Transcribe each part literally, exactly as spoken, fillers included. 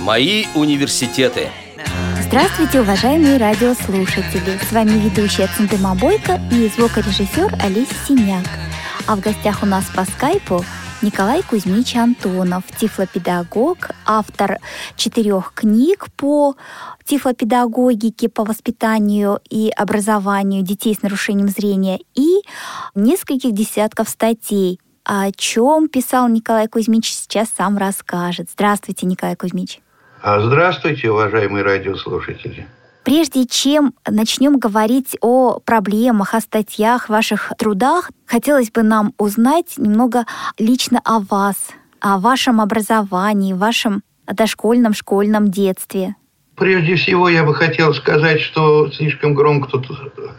Мои университеты. Здравствуйте, уважаемые радиослушатели! С вами ведущая Центыма Бойко и звукорежиссер Олеся Синяк. А в гостях у нас по скайпу Николай Кузьмич Антонов, тифлопедагог, автор четырех книг по тифлопедагогике, по воспитанию и образованию детей с нарушением зрения и нескольких десятков статей. О чем писал Николай Кузьмич, сейчас сам расскажет. Здравствуйте, Николай Кузьмич. Здравствуйте, уважаемые радиослушатели. Прежде чем начнем говорить о проблемах, о статьях, в ваших трудах, хотелось бы нам узнать немного лично о вас, о вашем образовании, вашем дошкольном, школьном детстве. Прежде всего, я бы хотел сказать, что слишком громко тут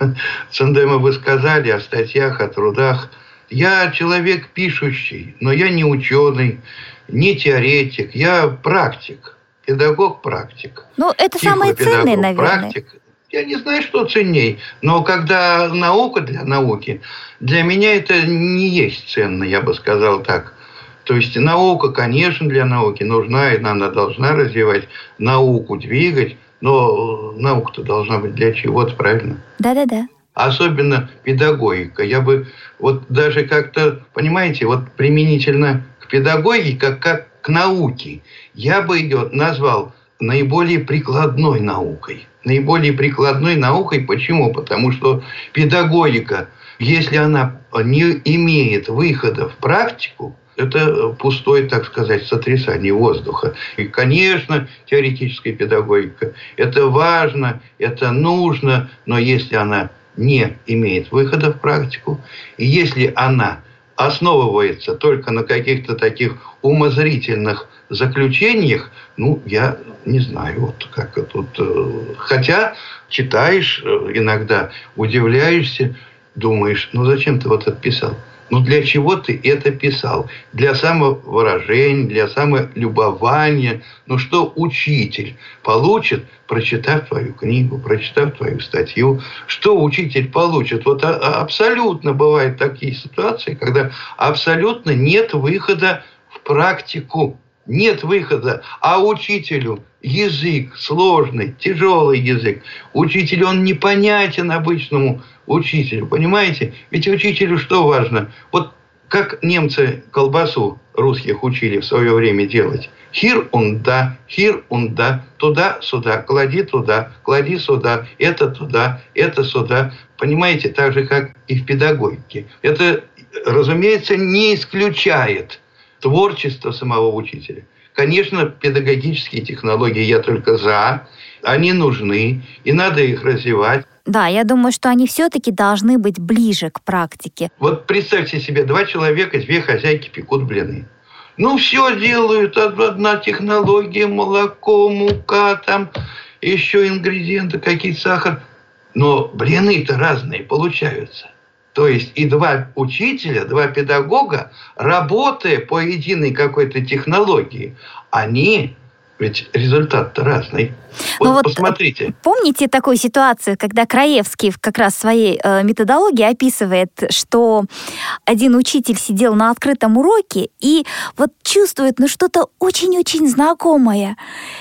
Цендема вы сказали о статьях, о трудах. Я человек пишущий, но я не ученый, не теоретик, я практик. Педагог-практик. Ну, это самое ценное, наверное. Практик. Я не знаю, что ценней, но когда наука для науки, для меня это не есть ценно, я бы сказал так. То есть наука, конечно, для науки нужна, и она должна развивать науку, двигать, но наука-то должна быть для чего-то, правильно? Да-да-да. Особенно педагогика. Я бы вот даже как-то, понимаете, вот применительно к педагогике, как, как к науке, я бы ее назвал наиболее прикладной наукой. Наиболее прикладной наукой. Почему? Потому что педагогика, если она не имеет выхода в практику, это пустое, так сказать, сотрясание воздуха. И, конечно, теоретическая педагогика – это важно, это нужно, но если она не имеет выхода в практику, и если она основывается только на каких-то таких умозрительных заключениях, ну, я не знаю, вот как тут... Хотя читаешь иногда, удивляешься, думаешь, ну, зачем ты вот это писал? Ну, для чего ты это писал? Для самовыражения, для самолюбования. Ну, что учитель получит, прочитав твою книгу, прочитав твою статью? Что учитель получит? Вот абсолютно бывают такие ситуации, когда абсолютно нет выхода в практику. Нет выхода. А учителю язык сложный, тяжелый язык. Учитель, он непонятен обычному учителю, понимаете? Ведь учителю что важно? Вот как немцы колбасу русских учили в свое время делать. Хир он да, хир он да, туда-сюда, клади туда, клади сюда, это туда, это сюда. Понимаете, так же, как и в педагогике. Это, разумеется, не исключает творчество самого учителя. Конечно, педагогические технологии я только за. Они нужны, и надо их развивать. Да, я думаю, что они все-таки должны быть ближе к практике. Вот представьте себе, два человека, две хозяйки пекут блины. Ну, все делают, одна технология, молоко, мука, там еще ингредиенты, какие-то сахар. Но блины-то разные получаются. То есть и два учителя, два педагога, работая по единой какой-то технологии, они... Ведь результат-то разный. Вот, вот посмотрите. Помните такую ситуацию, когда Краевский как раз в своей э, методологии описывает, что один учитель сидел на открытом уроке и вот чувствует, ну, что-то очень-очень знакомое.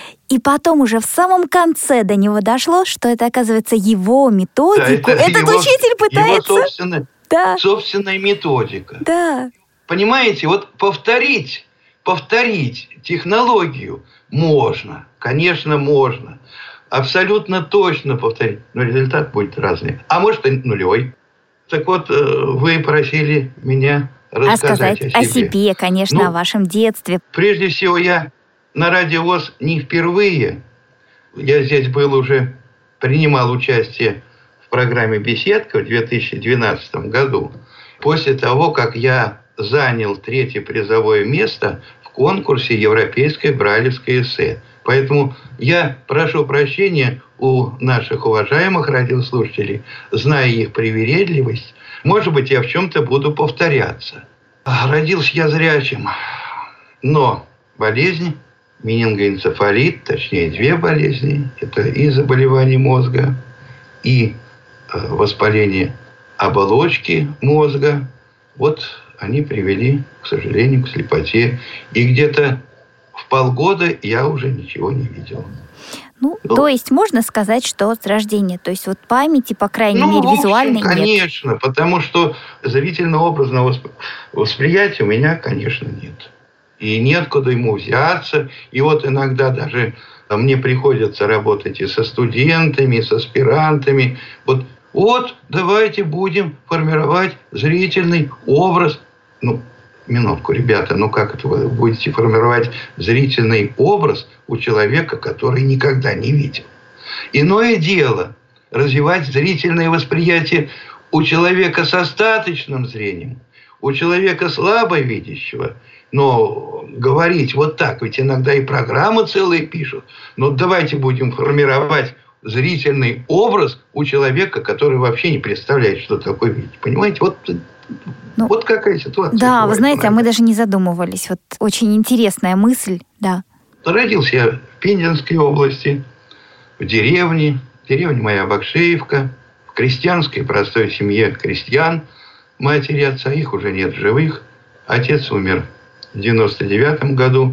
И потом уже в самом конце до него дошло, что это, оказывается, его методику. Да, это Этот его, учитель пытается... Его собственная, да. собственная методика. Да. Понимаете, вот повторить, повторить технологию можно. Конечно, можно. Абсолютно точно повторить. Но результат будет разный. А может и нулевой. Так вот, вы просили меня рассказать, рассказать о себе. о себе, конечно, ну, о вашем детстве. Прежде всего, я на Радио ВОС не впервые. Я здесь был уже, принимал участие в программе «Беседка» в две тысячи двенадцатом году. После того, как я занял третье призовое место в конкурсе «Европейское брайлевское эссе». Поэтому я прошу прощения у наших уважаемых радиослушателей, зная их привередливость, может быть, я в чем-то буду повторяться. Родился я зрячим, но болезнь, менингоэнцефалит, точнее две болезни, это и заболевание мозга, и воспаление оболочки мозга, вот они привели, к сожалению, к слепоте. И где-то в в полгода я уже ничего не видел. Ну, ну, то есть можно сказать, что с рождения, то есть вот памяти, по крайней ну, мере, визуальной общем, нет. Конечно, потому что зрительно-образного восп... восприятия у меня, конечно, нет. И неоткуда ему взяться. И вот иногда даже мне приходится работать и со студентами, и с аспирантами. Вот, вот давайте будем формировать зрительный образ. Ну, минутку, ребята, ну как это вы будете формировать зрительный образ у человека, который никогда не видел? Иное дело развивать зрительное восприятие у человека с остаточным зрением, у человека слабо видящего. Но говорить вот так, ведь иногда и программы целые пишут. Но давайте будем формировать зрительный образ у человека, который вообще не представляет, что такое видеть. Понимаете, вот... Ну, вот какая ситуация. Да, вы знаете, иногда. А мы даже не задумывались. Вот очень интересная мысль, да. Родился я в Пензенской области, в деревне. Деревня моя Бакшеевка, в крестьянской простой семье крестьян, матери и отца, их уже нет живых. Отец умер в девяносто девятом году.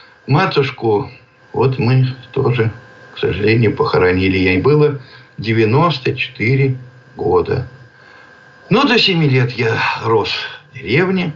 Матушку вот мы тоже, к сожалению, похоронили. Ей было девяносто четыре года. Ну, до семи лет я рос в деревне.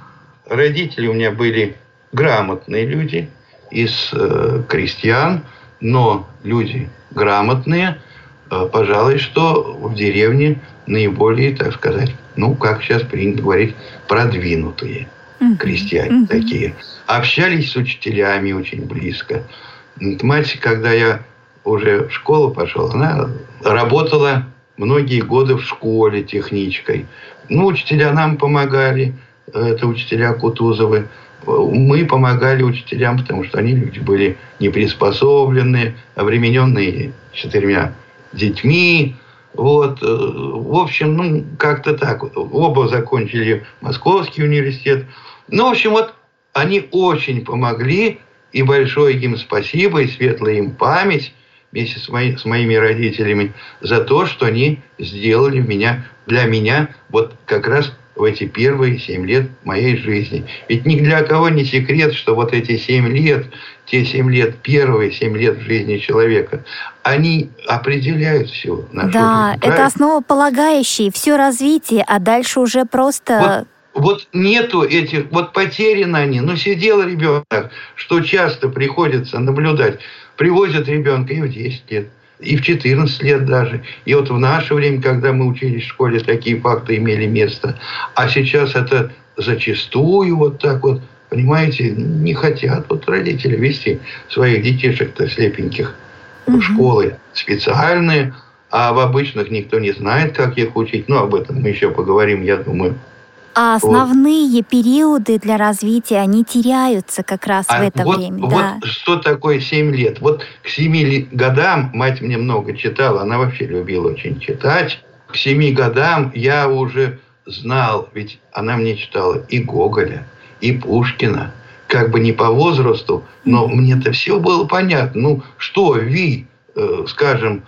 Родители у меня были грамотные люди из э, крестьян, но люди грамотные, э, пожалуй, что в деревне наиболее, так сказать, ну, как сейчас принято говорить, продвинутые mm-hmm. крестьяне mm-hmm. такие. Общались с учителями очень близко. Мать, когда я уже в школу пошел, она работала многие годы в школе техничкой. Ну, учителя нам помогали. Это учителя Кутузовы. Мы помогали учителям, потому что они люди были неприспособленные, обремененные четырьмя детьми. Вот. В общем, ну, как-то так. Оба закончили Московский университет. Ну, в общем, вот они очень помогли. И большое им спасибо, и светлая им память вместе с, мои, с моими родителями за то, что они сделали меня, для меня вот как раз в эти первые семь лет моей жизни. Ведь ни для кого не секрет, что вот эти семь лет, те семь лет, первые семь лет в жизни человека, они определяют всю нашу да, жизнь. Да, это основополагающее, все развитие, а дальше уже просто... Вот, вот нету этих, вот потеряны они. Ну, сидел ребенок, что часто приходится наблюдать. Привозят ребенка и в десять лет, и в четырнадцать лет даже. И вот в наше время, когда мы учились в школе, такие факты имели место. А сейчас это зачастую вот так вот, понимаете, не хотят вот родители вести своих детишек-то слепеньких в школы специальные, а в обычных никто не знает, как их учить. Ну, об этом мы еще поговорим, я думаю. А основные вот. периоды для развития, они теряются как раз а в это вот, время. Вот да. Что такое семь лет? Вот к семи годам мать мне много читала, она вообще любила очень читать. К семи годам я уже знал, ведь она мне читала и Гоголя, и Пушкина. Как бы не по возрасту, но mm-hmm. мне-то все было понятно. Ну, что Ви, э, скажем,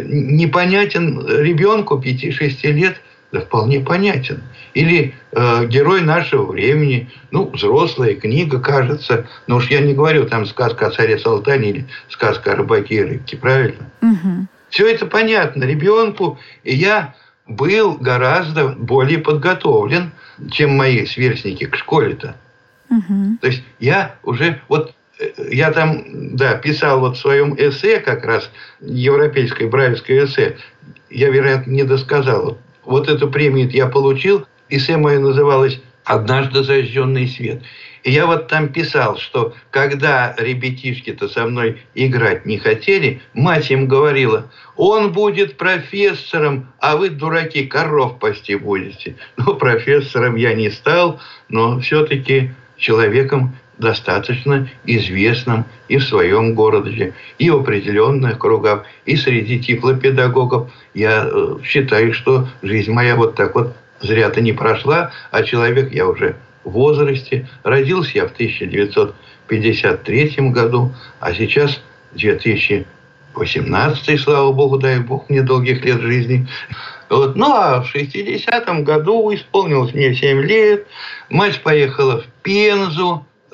непонятен ребенку пяти-шести лет, да вполне понятен. Или э, герой нашего времени, ну, взрослая книга, кажется. Но уж я не говорю, там сказка о царе Салтане или сказка о рыбаке и рыбке, правильно? Угу. Все это понятно ребенку. И я был гораздо более подготовлен, чем мои сверстники к школе-то. Угу. То есть я уже... вот я там, да, писал вот в своем эссе, как раз европейское брайлевское эссе, я, вероятно, не досказал. Вот эту премию я получил. Эссе мое называлось «Однажды зажженный свет». И я вот там писал, что когда ребятишки-то со мной играть не хотели, мать им говорила: он будет профессором, а вы, дураки, коров пасти будете. Ну, профессором я не стал, но все-таки человеком достаточно известным и в своем городе, и в определенных кругах, и среди тифлопедагогов. Я считаю, что жизнь моя вот так вот зря-то не прошла, а человек я уже в возрасте. Родился я в тысяча девятьсот пятьдесят третьем году, а сейчас две тысячи восемнадцатый, слава богу, дай бог мне долгих лет жизни. Вот. Ну, а в шестидесятом году исполнилось мне семь лет. Мать поехала в Пензу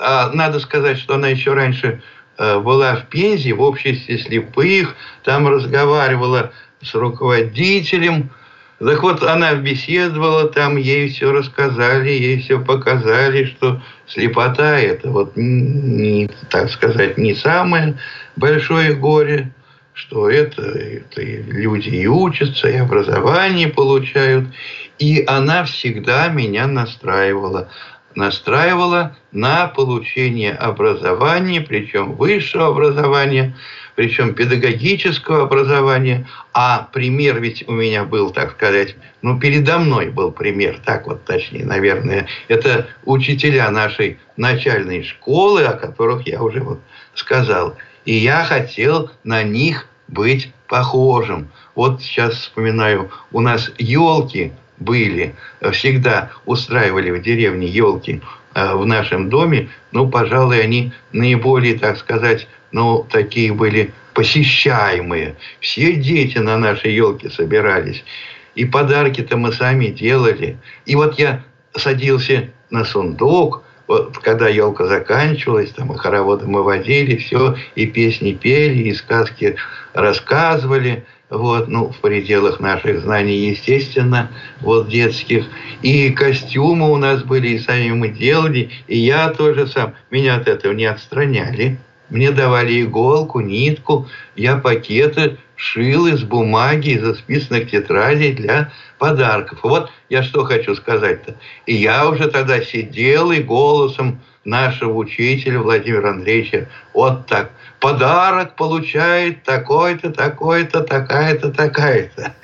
А надо сказать, что она еще раньше э, была в Пензе, в обществе слепых, там разговаривала с руководителем. Так вот, она беседовала, там ей все рассказали, ей все показали, что слепота – это вот, не, так сказать, не самое большое горе, что это, это люди и учатся, и образование получают. И она всегда меня настраивала. Настраивала на получение образования, причем высшего образования, причем педагогического образования. А пример ведь у меня был, так сказать, ну, передо мной был пример, так вот точнее, наверное. Это учителя нашей начальной школы, о которых я уже вот сказал. И я хотел на них быть похожим. Вот сейчас вспоминаю, у нас елки были, всегда устраивали в деревне елки в нашем доме. Ну, пожалуй, они наиболее, так сказать, ну, такие были посещаемые. Все дети на нашей елке собирались. И подарки-то мы сами делали. И вот я садился на сундук, вот, когда елка заканчивалась, там и хороводы мы водили, все, и песни пели, и сказки рассказывали. Вот, ну, в пределах наших знаний, естественно, вот детских. И костюмы у нас были, и сами мы делали. И я тоже сам. Меня от этого не отстраняли. Мне давали иголку, нитку. Я пакеты шил из бумаги, из исписанных тетрадей для подарков. Вот я что хочу сказать-то. И я уже тогда сидел и голосом нашего учителя Владимира Андреевича вот так. Подарок получает такой-то, такой-то, такая-то, такая-то.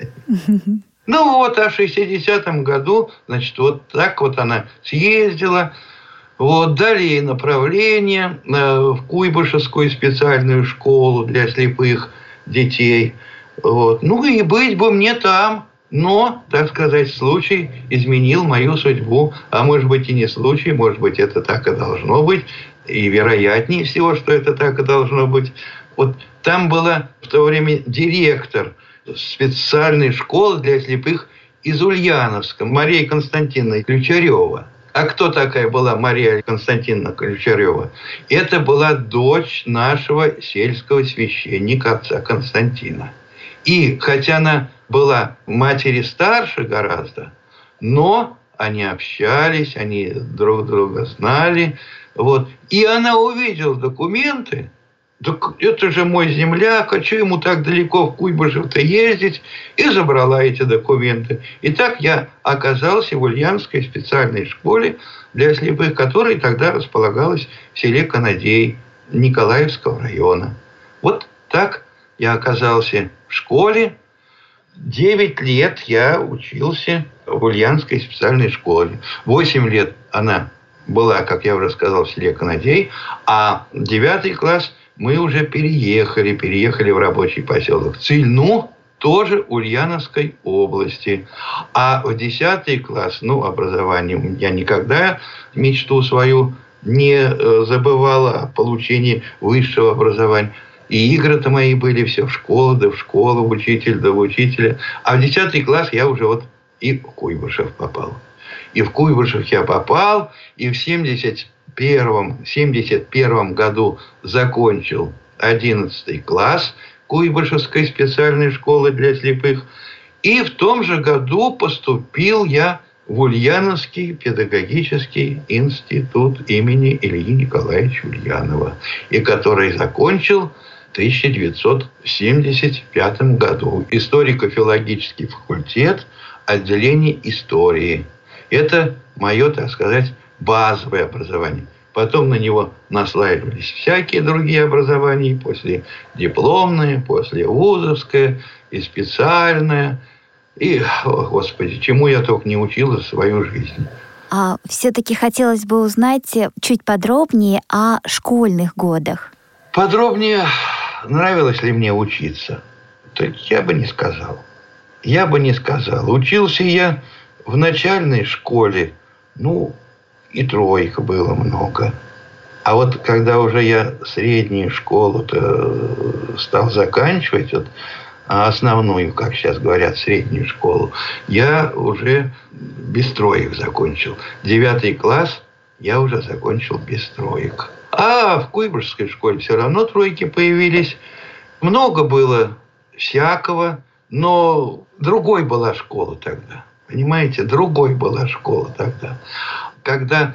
Ну вот, а в шестидесятом году, значит, вот так вот она съездила. Вот, дали ей направление в Куйбышевскую специальную школу для слепых детей. Вот. Ну и быть бы мне там. Но, так сказать, случай изменил мою судьбу. А может быть и не случай, может быть это так и должно быть. И вероятнее всего, что это так и должно быть. Вот там была в то время директор специальной школы для слепых из Ульяновска, Мария Константиновна Ключарева. А кто такая была Мария Константиновна Ключарева? Это была дочь нашего сельского священника, отца Константина. И хотя она была матери старше гораздо, но они общались, они друг друга знали. Вот. И она увидела документы. Так это же мой земляк, а что ему так далеко в Куйбышев-то ездить? И забрала эти документы. И так я оказался в Ульяновской специальной школе для слепых, которая тогда располагалась в селе Канадей Николаевского района. Вот так я оказался в школе. Девять лет я учился в Ульяновской специальной школе. Восемь лет она была, как я уже сказал, в селе Канадей, а девятый класс мы уже переехали, переехали в рабочий поселок Цильну, тоже Ульяновской области. А в десятый класс, ну, образование, я никогда мечту свою не забывал о получении высшего образования. И игры-то мои были все в школу, да в школу, в учитель, да в учителя. А в десятый класс я уже вот и в Куйбышев попал. И в Куйбышев я попал, и в семьдесят первом, семьдесят первом году закончил одиннадцатый класс Куйбышевской специальной школы для слепых. И в том же году поступил я в Ульяновский педагогический институт имени Ильи Николаевича Ульянова, и который закончил в тысяча девятьсот семьдесят пятом году. Историко-филологический факультет, отделение истории. Это мое, так сказать, базовое образование. Потом на него наслаивались всякие другие образования, после дипломное, после вузовское и специальное. И, о, Господи, чему я только не учил за свою жизнь. А все-таки хотелось бы узнать чуть подробнее о школьных годах. Подробнее, нравилось ли мне учиться? Так я бы не сказал. Я бы не сказал. Учился я в начальной школе, ну, и троек было много. А вот когда уже я среднюю школу-то стал заканчивать, вот, основную, как сейчас говорят, среднюю школу, я уже без троек закончил. Девятый класс я уже закончил без троек. А в Куйбышевской школе все равно тройки появились. Много было всякого, но другой была школа тогда. Понимаете, другой была школа тогда. Когда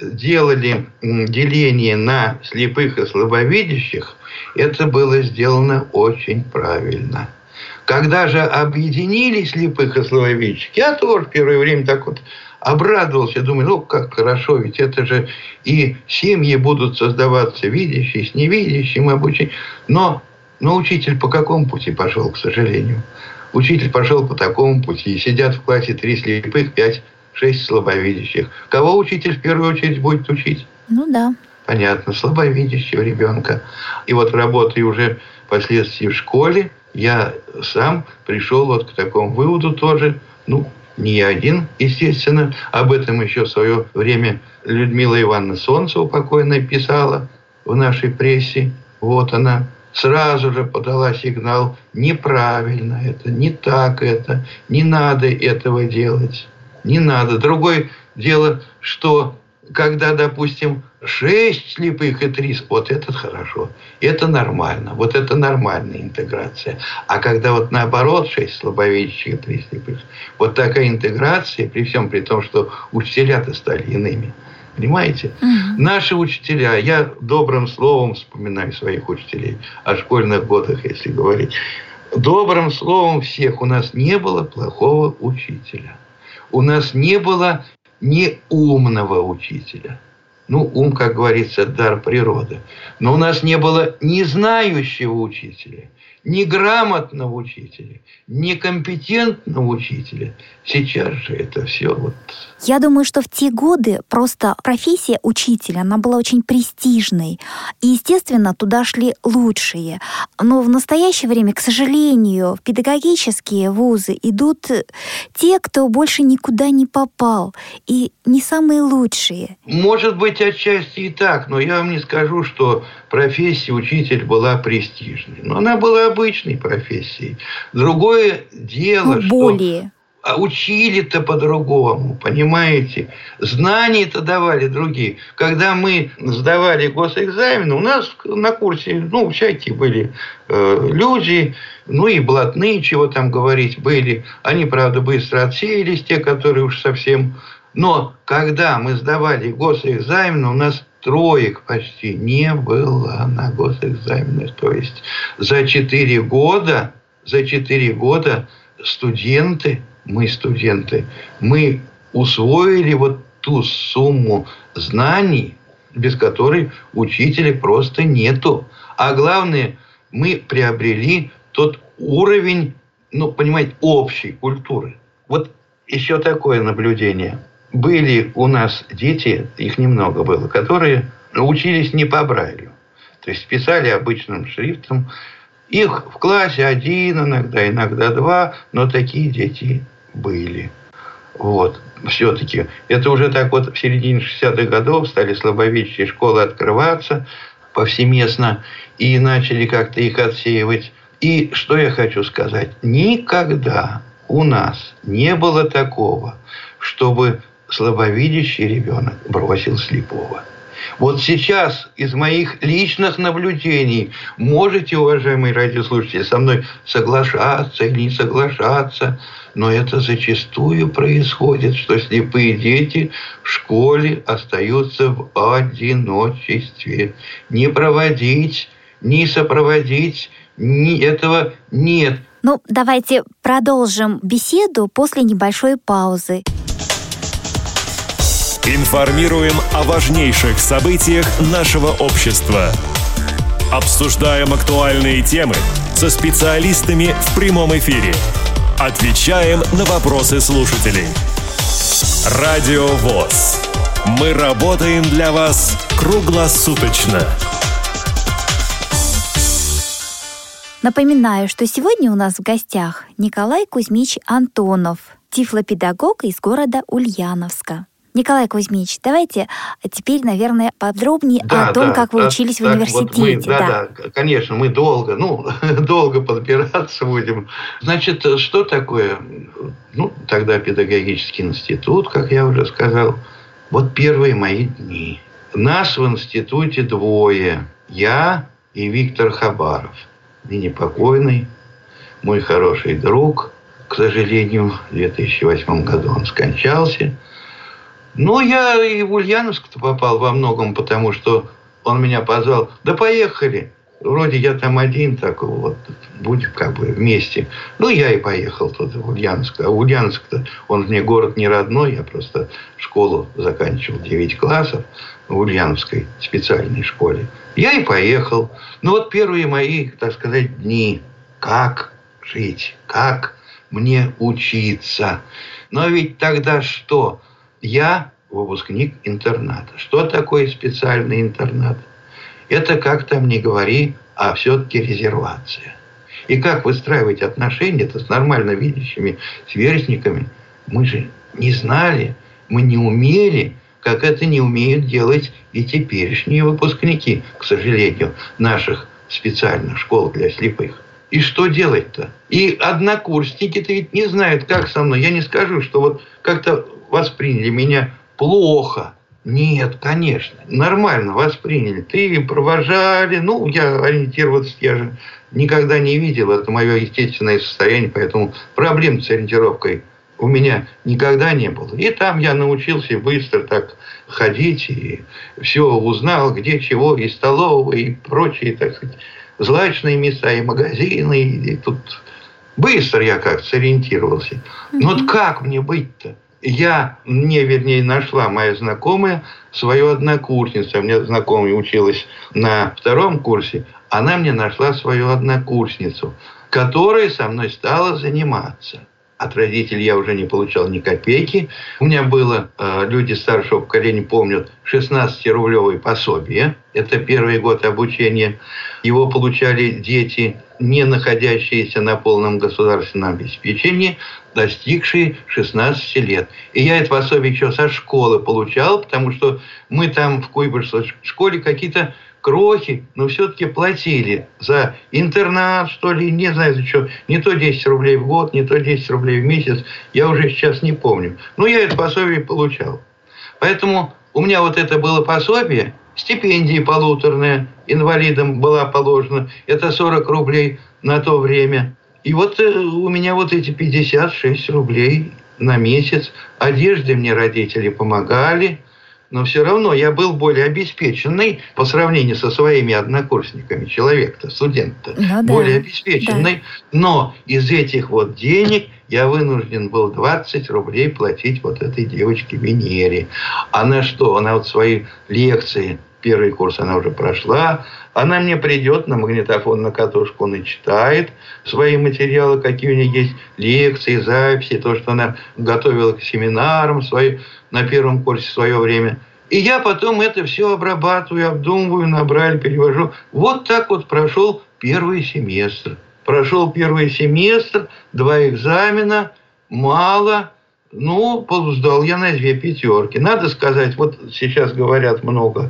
делали деление на слепых и слабовидящих, это было сделано очень правильно. Когда же объединили слепых и слабовидящих, я тоже в первое время так вот обрадовался, думаю, ну как хорошо, ведь это же и семьи будут создаваться видящие, с невидящим обучением. Но, но учитель по какому пути пошел, к сожалению? Учитель пошел по такому пути. И сидят в классе три слепых, пять, шесть слабовидящих. Кого учитель в первую очередь будет учить? Ну да. Понятно, слабовидящего ребенка. И вот работая уже впоследствии в школе, я сам пришел вот к такому выводу тоже. Ну, не я один, естественно. Об этом еще в свое время Людмила Ивановна Солнцева покойная писала в нашей прессе. Вот она сразу же подала сигнал: неправильно это, не так это, не надо этого делать. Не надо. Другое дело, что когда, допустим, шесть слепых и три, вот это хорошо, это нормально, вот это нормальная интеграция. А когда вот наоборот, шесть слабовидящих и три слепых, вот такая интеграция, при всем при том, что учителя-то стали иными. Понимаете? Mm-hmm. Наши учителя, я добрым словом вспоминаю своих учителей, о школьных годах, если говорить. Добрым словом всех, у нас не было плохого учителя. У нас не было неумного учителя. Ну, ум, как говорится, дар природы. Но у нас не было незнающего учителя, неграмотного учителя, некомпетентного учителя. Сейчас же это все вот... Я думаю, что в те годы просто профессия учителя, она была очень престижной. И, естественно, туда шли лучшие. Но в настоящее время, к сожалению, в педагогические вузы идут те, кто больше никуда не попал. И не самые лучшие. Может быть, отчасти и так. Но я вам не скажу, что профессия учитель была престижной. Но она была обычной профессией. Другое дело, ну, что... более. А учили-то по-другому, понимаете? Знания-то давали другие. Когда мы сдавали госэкзамены, у нас на курсе, ну, всякие были э, люди, ну, и блатные, чего там говорить, были. Они, правда, быстро отсеялись, те, которые уж совсем... Но когда мы сдавали госэкзамены, у нас троек почти не было на госэкзаменах. То есть за четыре года, за четыре года студенты... Мы, студенты, мы усвоили вот ту сумму знаний, без которой учителя просто нету. А главное, мы приобрели тот уровень, ну, понимаете, общей культуры. Вот еще такое наблюдение. Были у нас дети, их немного было, которые учились не по Брайлю. То есть писали обычным шрифтом. Их в классе один, иногда, иногда два, но такие дети были. Вот. Все-таки. Это уже так вот в середине шестидесятых годов стали слабовидящие школы открываться повсеместно и начали как-то их отсеивать. И что я хочу сказать? Никогда у нас не было такого, чтобы слабовидящий ребенок бросил слепого. Вот сейчас из моих личных наблюдений можете, уважаемые радиослушатели, со мной соглашаться или не соглашаться, но это зачастую происходит, что слепые дети в школе остаются в одиночестве. Не проводить, не сопроводить, ни этого нет. Ну, давайте продолжим беседу после небольшой паузы. Информируем о важнейших событиях нашего общества. Обсуждаем актуальные темы со специалистами в прямом эфире. Отвечаем на вопросы слушателей. Радио ВОС. Мы работаем для вас круглосуточно. Напоминаю, что сегодня у нас в гостях Николай Кузьмич Антонов, тифлопедагог из города Ульяновска. Николай Кузьмич, давайте теперь, наверное, подробнее да, о том, да, как вы учились так, в университете. Вот мы, да, да, да, конечно, мы долго, ну, долго подбираться будем. Значит, что такое? Ну, тогда педагогический институт, как я уже сказал. Вот первые мои дни. Нас в институте двое. Я и Виктор Хабаров. Ныне покойный, мой хороший друг. К сожалению, в две тысячи восьмом году он скончался. Ну, я и в Ульяновск-то попал во многом, потому что он меня позвал. Да поехали. Вроде я там один, так вот, будем как бы вместе. Ну, я и поехал туда, в Ульяновск. А Ульяновск-то, он мне город не родной. Я просто школу заканчивал девять классов в Ульяновской специальной школе. Я и поехал. Ну, вот первые мои, так сказать, дни. Как жить? Как мне учиться? Но ведь тогда что? Я выпускник интерната. Что такое специальный интернат? Это, как там ни говори, а все-таки резервация. И как выстраивать отношения-то с нормально видящими сверстниками, мы же не знали, мы не умели, как это не умеют делать и теперешние выпускники, к сожалению, наших специальных школ для слепых. И что делать-то? И однокурсники-то ведь не знают, как со мной. Я не скажу, что вот как-то восприняли меня плохо. Нет, конечно, нормально восприняли. Ты провожали, ну, я ориентироваться, я же никогда не видел, это мое естественное состояние, поэтому проблем с ориентировкой у меня никогда не было. И там я научился быстро так ходить, и все узнал, где чего, и столовые, и прочие, так сказать, злачные места, и магазины, и тут быстро я как-то сориентировался. Но вот как мне быть-то? Я, мне, вернее, нашла моя знакомая свою однокурсницу. У меня знакомая училась на втором курсе. Она мне нашла свою однокурсницу, которая со мной стала заниматься. От родителей я уже не получал ни копейки. У меня было, э, люди старшего поколения помнят, шестнадцатирублевое пособие. Это первый год обучения. Его получали дети, не находящиеся на полном государственном обеспечении, достигшие шестнадцати лет. И я это пособие еще со школы получал, потому что мы там в Куйбышевской школе какие-то крохи, но все-таки платили за интернат, что ли, не знаю за что. Не то десять рублей в год, не то десять рублей в месяц. Я уже сейчас не помню. Но я это пособие получал. Поэтому у меня вот это было пособие, стипендия полуторная инвалидам была положена. Это сорок рублей на то время. И вот у меня вот эти пятьдесят шесть рублей на месяц. Одежде мне родители помогали. Но все равно я был более обеспеченный по сравнению со своими однокурсниками. Человек-то, студент-то, ну, да, более обеспеченный. Да. Но из этих вот денег я вынужден был двадцать рублей платить вот этой девочке Венере. Она что? Она вот свои лекции, первый курс она уже прошла. Она мне придет на магнитофон, на катушку, начитает свои материалы, какие у нее есть, лекции, записи, то, что она готовила к семинарам свои, на первом курсе в свое время. И я потом это все обрабатываю, обдумываю, набрали, перевожу. Вот так вот прошел первый семестр. Прошел первый семестр, два экзамена, мало. Ну, сдал я на две пятерки. Надо сказать, вот сейчас говорят много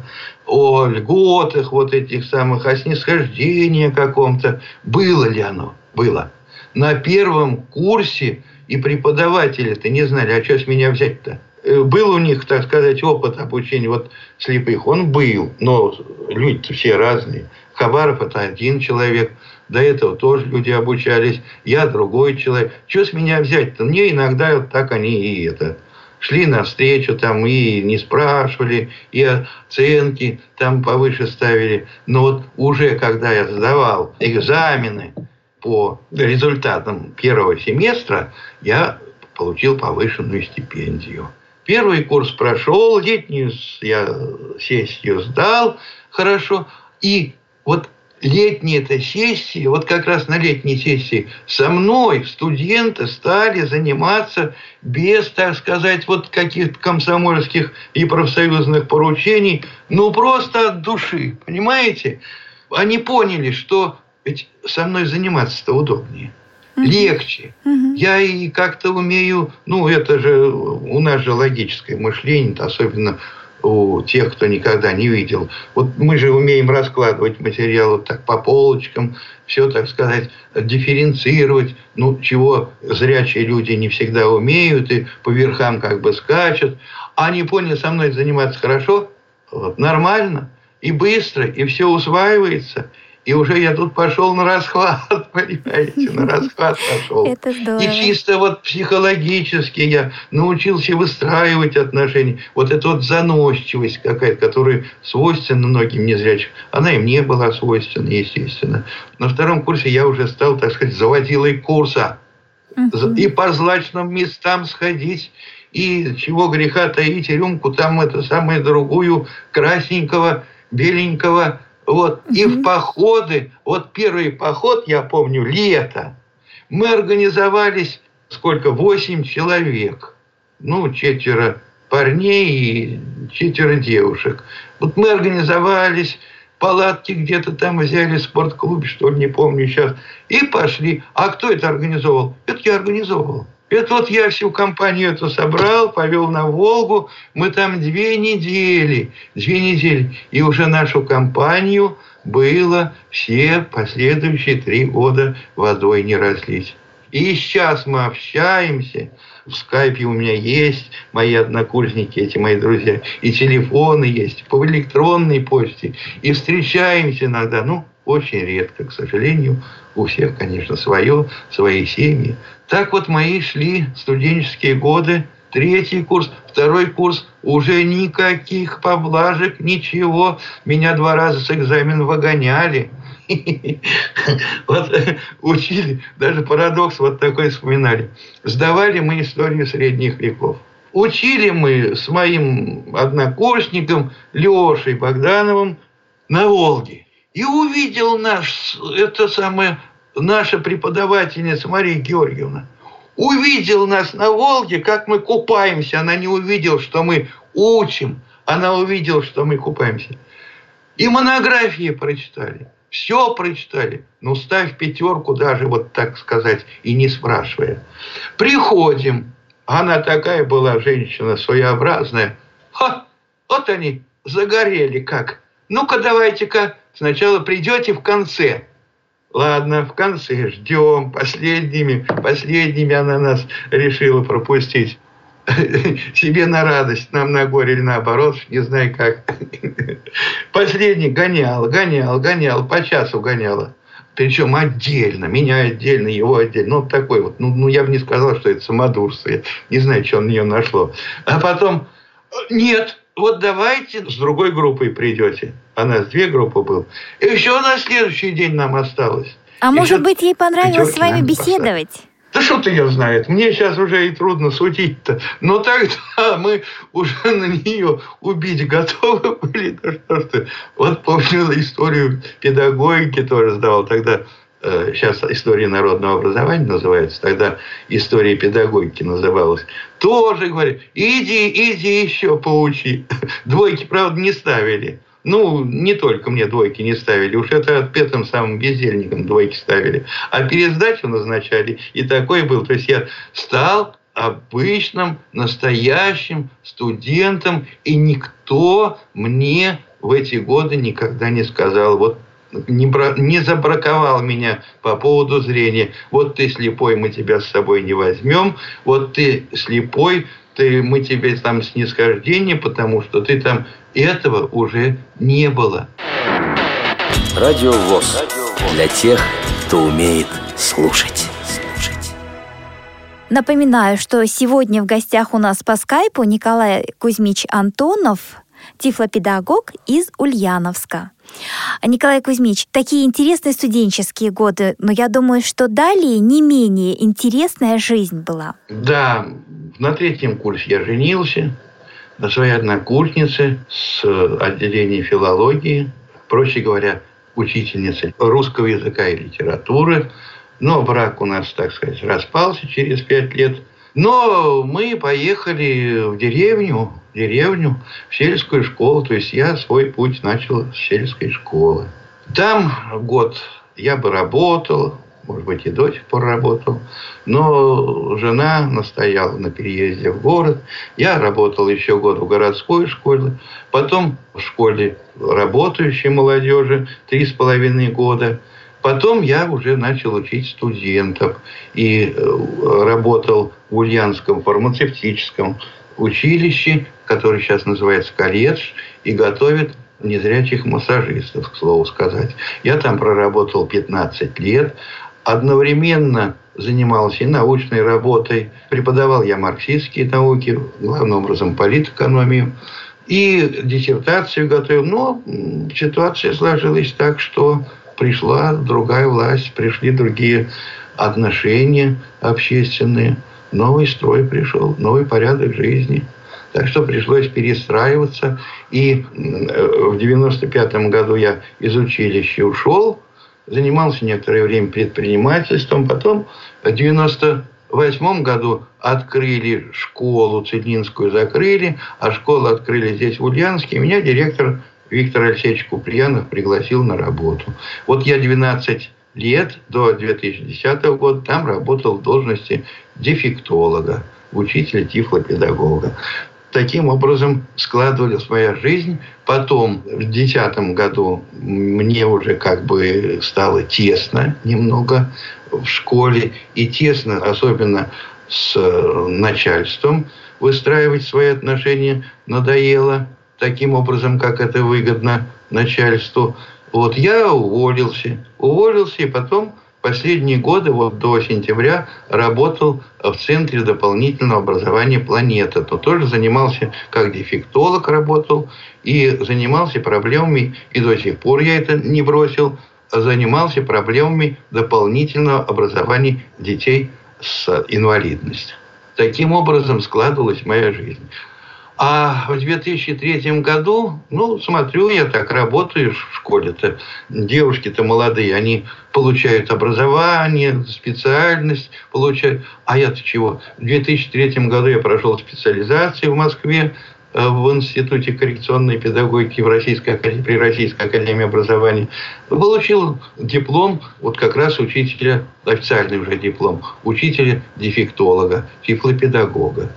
о льготах, вот этих самых, о снисхождении каком-то. Было ли оно? Было. На первом курсе и преподаватели-то не знали, а что с меня взять-то? Был у них, так сказать, опыт обучения вот слепых. Он был, но люди-то все разные. Хабаров – это один человек. До этого тоже люди обучались. Я другой человек. Что с меня взять-то? Мне иногда вот так они и это... Шли навстречу там и не спрашивали, и оценки там повыше ставили. Но вот уже когда я сдавал экзамены по результатам первого семестра, я получил повышенную стипендию. Первый курс прошел, летнюю я сессию сдал хорошо. И вот летние-то сессии, вот как раз на летней сессии со мной студенты стали заниматься без, так сказать, вот каких-то комсомольских и профсоюзных поручений, ну просто от души, понимаете? Они поняли, что ведь со мной заниматься-то удобнее. Легче. Uh-huh. Я и как-то умею, ну, это же у нас же логическое мышление, особенно у тех, кто никогда не видел. Вот мы же умеем раскладывать материал вот так по полочкам, все, так сказать, дифференцировать, ну, чего зрячие люди не всегда умеют и по верхам как бы скачут. А они поняли, со мной заниматься хорошо, вот, нормально, и быстро, и все усваивается. И уже я тут пошел на расхват, понимаете, на расхват пошел. Это здорово. И чисто вот психологически я научился выстраивать отношения. Вот эта вот заносчивость какая-то, которая свойственна многим незрячим, она и мне была свойственна, естественно. На втором курсе я уже стал, так сказать, заводилой курса. Uh-huh. И по злачным местам сходить, и чего греха таить, рюмку там это самое другую, красненького, беленького. Вот, uh-huh. И в походы, вот первый поход, я помню, лето, мы организовались, сколько, восемь человек, ну, четверо парней и четверо девушек. Вот мы организовались, палатки где-то там взяли, в спортклубе, что ли, не помню сейчас, и пошли. А кто это организовал? Это я организовал. Это вот я всю компанию эту собрал, повел на Волгу. Мы там две недели, две недели. И уже нашу компанию было все последующие три года водой не разлить. И сейчас мы общаемся. В скайпе у меня есть мои однокурсники, эти мои друзья. И телефоны есть, по электронной почте. И встречаемся иногда, ну, очень редко, к сожалению. У всех, конечно, свое, свои семьи. Так вот мои шли студенческие годы. Третий курс, второй курс, уже никаких поблажек, ничего. Меня два раза с экзамена выгоняли. Вот учили, даже парадокс вот такой вспоминали. Сдавали мы историю средних веков. Учили мы с моим однокурсником Лешей Богдановым на Волге. И увидел наш, это самое, наша преподавательница Мария Георгиевна. Увидел нас на Волге, как мы купаемся. Она не увидела, что мы учим. Она увидела, что мы купаемся. И монографии прочитали. Все прочитали. Ну, ставь пятерку даже, вот так сказать, и не спрашивая. Приходим. Она такая была женщина своеобразная. Ха! Вот они загорели как. Ну-ка, давайте-ка сначала придете в конце. Ладно, в конце ждем. Последними, последними она нас решила пропустить. Себе на радость, нам на горе или наоборот, не знаю как. Последний гонял, гонял, гонял, по часу гоняла. Причем отдельно, меня отдельно, его отдельно. Ну, такой вот, ну, ну я бы не сказал, что это самодурство. Я не знаю, что на нее нашло. А потом, нет, вот давайте с другой группой придете. А нас две группы было. И еще на следующий день нам осталось. А еще может быть, ей понравилось с вами беседовать? Поставить. Да что-то ее знает. Мне сейчас уже и трудно судить-то. Но тогда мы уже на нее убить готовы были. Да что ж ты. Вот помню историю педагогики тоже сдавал. Тогда, э, сейчас история народного образования называется. Тогда история педагогики называлась. Тоже говорю, иди, иди еще поучи. Двойки, правда, не ставили. Ну, не только мне двойки не ставили, уж это отпетым самым бездельникам двойки ставили. А пересдачу назначали, и такой был. То есть я стал обычным, настоящим студентом, и никто мне в эти годы никогда не сказал, вот не, бра... не забраковал меня по поводу зрения. Вот ты слепой, мы тебя с собой не возьмем, вот ты слепой, ты, мы тебе там снисхождение, потому что ты там... Этого уже не было. Радио ВОС. Для тех, кто умеет слушать. Напоминаю, что сегодня в гостях у нас по скайпу Николай Кузьмич Антонов, тифлопедагог из Ульяновска. Николай Кузьмич, такие интересные студенческие годы, но я думаю, что далее не менее интересная жизнь была. Да, на третьем курсе я женился на своей однокурснице с отделения филологии, проще говоря, учительницы русского языка и литературы. Но брак у нас, так сказать, распался через пять лет. Но мы поехали в деревню, в деревню, в сельскую школу. То есть я свой путь начал с сельской школы. Там год я бы работал, может быть, и до сих пор работал. Но жена настояла на переезде в город. Я работал еще год в городской школе. Потом в школе работающей молодежи три с половиной года. Потом я уже начал учить студентов. И работал в Ульяновском фармацевтическом училище, которое сейчас называется колледж, и готовит незрячих массажистов, к слову сказать. Я там проработал пятнадцать лет, одновременно занимался и научной работой, преподавал я марксистские науки, главным образом политэкономию, и диссертацию готовил. Но ситуация сложилась так, что пришла другая власть, пришли другие отношения общественные, новый строй пришел, новый порядок жизни. Так что пришлось перестраиваться. И в девяносто пятом году я из училища ушел, занимался некоторое время предпринимательством. Потом в девяносто восьмом году открыли школу Целинскую, закрыли, а школу открыли здесь, в Ульяновске. И меня директор Виктор Алексеевич Куприянов пригласил на работу. Вот я двенадцать лет, до две тысячи десятого года, там работал в должности дефектолога, учителя тифлопедагога. Таким образом складывалась моя жизнь. Потом, в две тысячи десятом году, мне уже как бы стало тесно немного в школе. И тесно, особенно с начальством, выстраивать свои отношения надоело таким образом, как это выгодно начальству. Вот я уволился. Уволился и потом последние годы, вот до сентября, работал в Центре дополнительного образования «Планета». То тоже занимался, как дефектолог работал, и занимался проблемами, и до сих пор я это не бросил, занимался проблемами дополнительного образования детей с инвалидностью. Таким образом складывалась моя жизнь. А в две тысячи третьем году, ну, смотрю, я так работаю в школе-то. Девушки-то молодые, они получают образование, специальность получают. А я-то чего? В две тысячи третьем году я прошел специализацию в Москве в Институте коррекционной педагогики в Российской, при Российской академии образования. Получил диплом, вот как раз учителя, официальный уже диплом, учителя-дефектолога, тифлопедагога.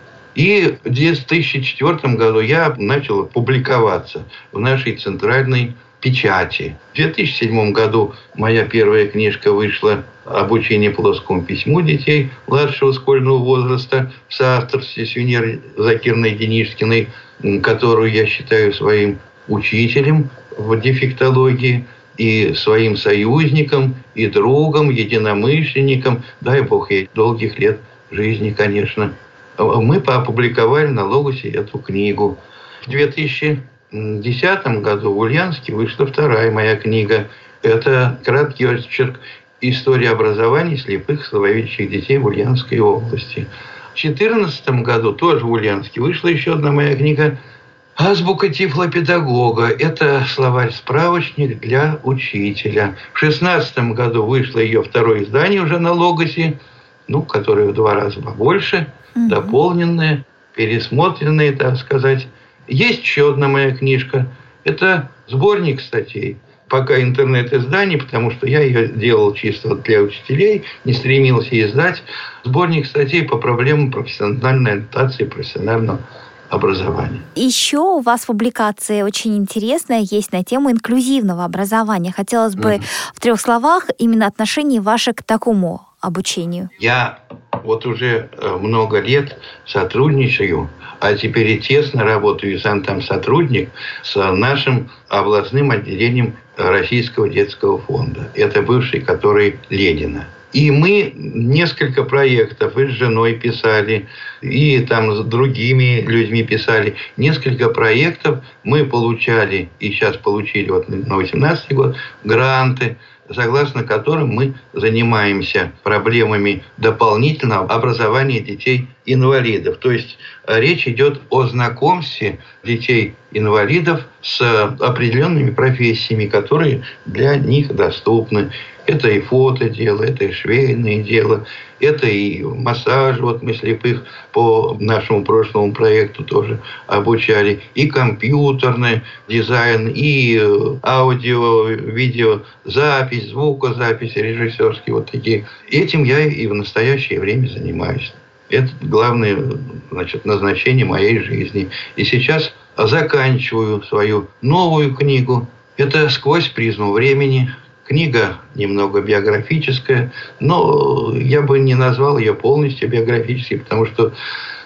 И в две тысячи четвёртом году я начал публиковаться в нашей центральной печати. В две тысячи седьмом году моя первая книжка вышла «Обучение плоскому письму детей младшего школьного возраста» в соавторстве с Венерой Закировной Денишкиной, которую я считаю своим учителем в дефектологии и своим союзником, и другом, единомышленником. Дай Бог ей долгих лет жизни, конечно. Мы опубликовали на Логосе эту книгу. В две тысячи десятом году в Ульяновске вышла вторая моя книга. Это краткий очерк «История образования слепых и слабовидящих детей в Ульяновской области». В две тысячи четырнадцатом году тоже в Ульяновске вышла еще одна моя книга «Азбука тифлопедагога». Это словарь-справочник для учителя. В две тысячи шестнадцатом году вышло ее второе издание уже на Логосе, ну, которое в два раза побольше, mm-hmm. дополненное, пересмотренное, так сказать. Есть еще одна моя книжка. Это сборник статей. Пока интернет-издание, потому что я ее делал чисто для учителей, не стремился издать. Сборник статей по проблемам профессиональной ориентации, профессионального образования. Еще у вас публикация очень интересная есть на тему инклюзивного образования. Хотелось бы mm-hmm. в трех словах именно отношение ваше к такому обучению. Я вот уже много лет сотрудничаю, а теперь и тесно работаю, сам там сотрудник, с нашим областным отделением Российского детского фонда. Это бывший, который Ленина. И мы несколько проектов и с женой писали, и там с другими людьми писали. Несколько проектов мы получали, и сейчас получили вот на восемнадцатый год, гранты, согласно которым мы занимаемся проблемами дополнительного образования детей-инвалидов. То есть речь идет о знакомстве детей-инвалидов с определенными профессиями, которые для них доступны. Это и фотодело, это и швейное дело, это и массаж. Вот мы слепых по нашему прошлому проекту тоже обучали. И компьютерный дизайн, и аудио, видеозапись, звукозапись, режиссерские вот такие. Этим я и в настоящее время занимаюсь. Это главное, значит, назначение моей жизни. И сейчас заканчиваю свою новую книгу. Это «Сквозь призму времени». Книга немного биографическая, но я бы не назвал ее полностью биографической, потому что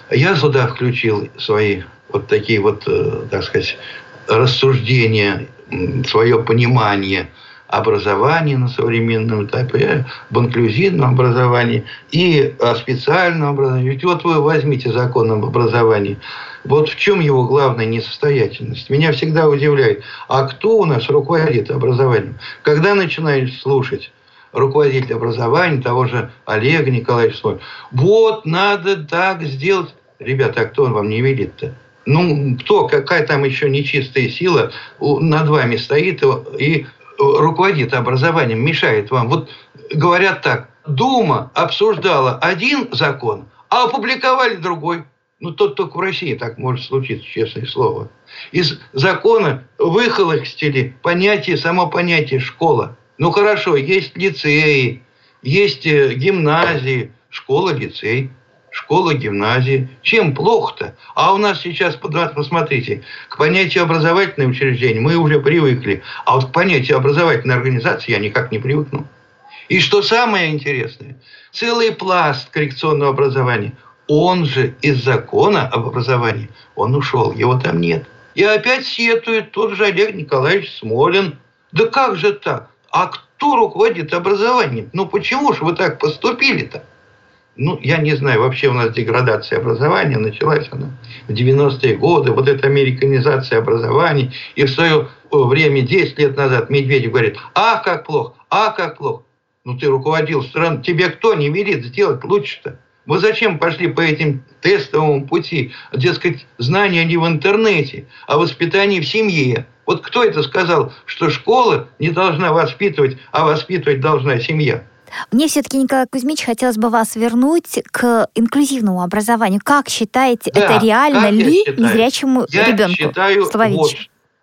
Я сюда включил свои вот такие вот, так сказать, рассуждения, свое понимание образования на современном этапе, об инклюзивном образовании и о специальном образовании. Ведь вот вы возьмите закон об образовании. Вот в чем его главная несостоятельность? Меня всегда удивляет, а кто у нас руководит образованием? Когда начинаешь слушать руководителя образования, того же Олега Николаевича Смолина, вот надо так сделать. Ребята, а кто он вам не велит-то? Ну, кто, какая там еще нечистая сила над вами стоит и руководит образованием, мешает вам? Вот говорят так, Дума обсуждала один закон, а опубликовали другой. Ну, тот только в России так может случиться, честное слово. Из закона выхолостили понятие, само понятие «школа». Ну, хорошо, есть лицеи, есть гимназии, школа, лицей, школа, гимназия. Чем плохо-то? А у нас сейчас, посмотрите, к понятию образовательное учреждение мы уже привыкли, а вот к понятию образовательной организации я никак не привыкну. И что самое интересное, целый пласт коррекционного образования, он же из закона об образовании, он ушел, его там нет. И опять сетует тот же Олег Николаевич Смолин. Да как же так? А кто руководит образованием? Ну почему же вы так поступили-то? Ну, я не знаю, вообще у нас деградация образования началась она в девяностые годы, вот эта американизация образования. И в свое время, десять лет назад, Медведев говорит, ах, как плохо, ах, как плохо. Ну, ты руководил страной, тебе кто не велит сделать лучше-то? Вы зачем пошли по этим тестовому пути? Дескать, знания не в интернете, а воспитание в семье. Вот кто это сказал, что школа не должна воспитывать, а воспитывать должна семья? Мне все-таки, Николай Кузьмич, хотелось бы вас вернуть к инклюзивному образованию. Как считаете, да, это реально ли незрячему я ребенку? Я считаю, вот,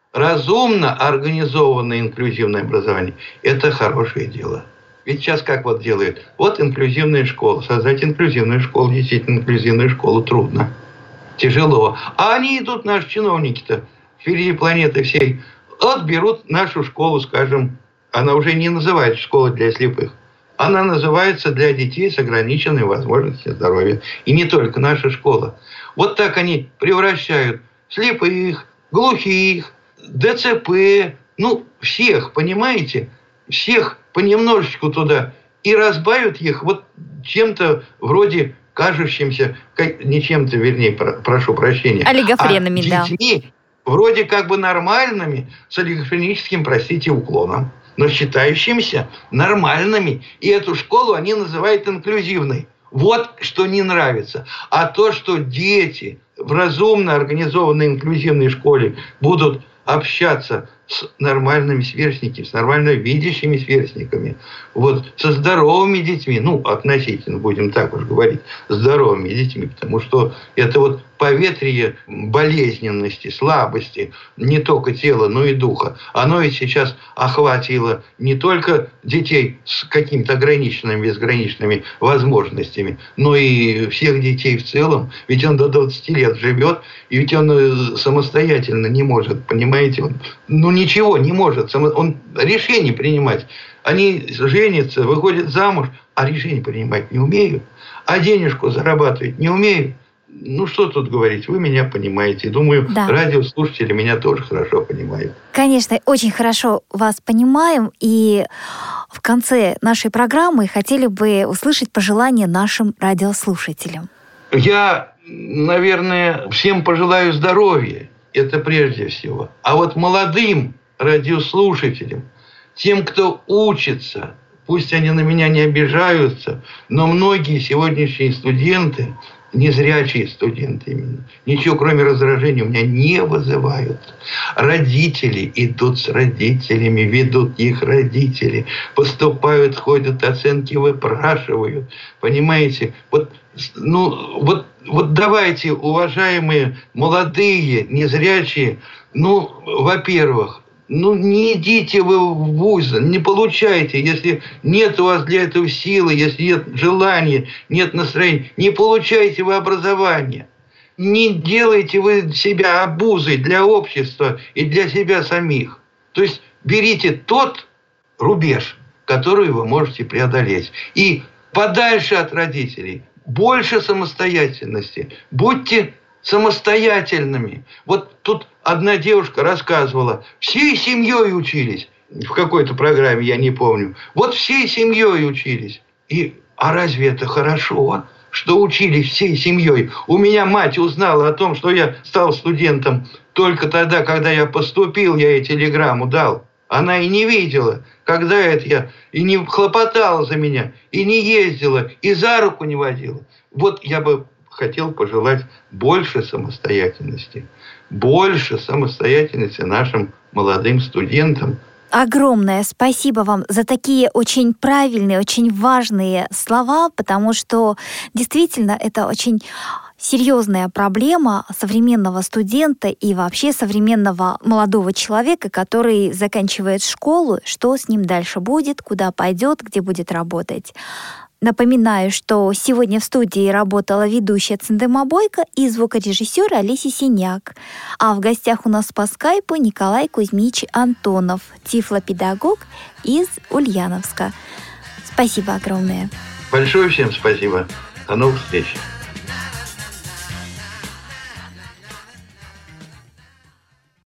разумно организованное инклюзивное образование – это хорошее дело. Ведь сейчас как вот делают? Вот инклюзивная школа. Создать инклюзивную школу, действительно, инклюзивную школу трудно. Тяжело. А они идут, наши чиновники-то, впереди планеты всей, вот берут нашу школу, скажем, она уже не называется школа для слепых. Она называется для детей с ограниченной возможностью здоровья. И не только наша школа. Вот так они превращают слепых, глухих, ДЦП, ну, всех, понимаете? Всех понемножечку туда. И разбавят их вот чем-то вроде кажущимся, не чем-то, вернее, прошу прощения, олигофренами, а детьми, да, вроде как бы нормальными, с олигофреническим, простите, уклоном, но считающимися нормальными. И эту школу они называют инклюзивной. Вот что не нравится. А то, что дети в разумно организованной инклюзивной школе будут общаться с нормальными сверстниками, с нормально видящими сверстниками, вот, со здоровыми детьми, ну, относительно, будем так уж говорить, здоровыми детьми, потому что это вот поветрие болезненности, слабости, не только тела, но и духа, оно ведь сейчас охватило не только детей с какими-то ограниченными, безграничными возможностями, но и всех детей в целом, ведь он до двадцати лет живет, и ведь он самостоятельно не может, понимаете, он, ну, ничего не может, он решений принимать. Они женятся, выходят замуж, а решения принимать не умеют, а денежку зарабатывать не умеют. Ну, что тут говорить, вы меня понимаете. Думаю, да, радиослушатели меня тоже хорошо понимают. Конечно, очень хорошо вас понимаем. И в конце нашей программы хотели бы услышать пожелания нашим радиослушателям. Я, наверное, всем пожелаю здоровья. Это прежде всего. А вот молодым радиослушателям, тем, кто учится, пусть они на меня не обижаются, но многие сегодняшние студенты, незрячие студенты именно, ничего кроме раздражения у меня не вызывают. Родители идут с родителями, ведут их родители, поступают, ходят, оценки выпрашивают. Понимаете? Вот, ну, вот, вот давайте, уважаемые молодые, незрячие, ну, во-первых, ну, не идите вы в вуз, не получайте, если нет у вас для этого силы, если нет желания, нет настроения, не получайте вы образование. Не делайте вы себя обузой для общества и для себя самих. То есть берите тот рубеж, который вы можете преодолеть. И подальше от родителей, больше самостоятельности. Будьте самостоятельными. Вот тут одна девушка рассказывала, всей семьей учились. В какой-то программе, я не помню. Вот всей семьей учились. И, а разве это хорошо, что учились всей семьей? У меня мать узнала о том, что я стал студентом только тогда, когда я поступил, я ей телеграмму дал. Она и не видела, когда это я, и не хлопотала за меня, и не ездила, и за руку не водила. Вот я бы хотел пожелать больше самостоятельности. Больше самостоятельности нашим молодым студентам. Огромное спасибо вам за такие очень правильные, очень важные слова, потому что действительно это очень серьезная проблема современного студента и вообще современного молодого человека, который заканчивает школу, что с ним дальше будет, куда пойдет, где будет работать. Напоминаю, что сегодня в студии работала ведущая Цендема Бойко и звукорежиссер Олеся Синяк. А в гостях у нас по скайпу Николай Кузьмич Антонов, тифлопедагог из Ульяновска. Спасибо огромное. Большое всем спасибо. До новых встреч.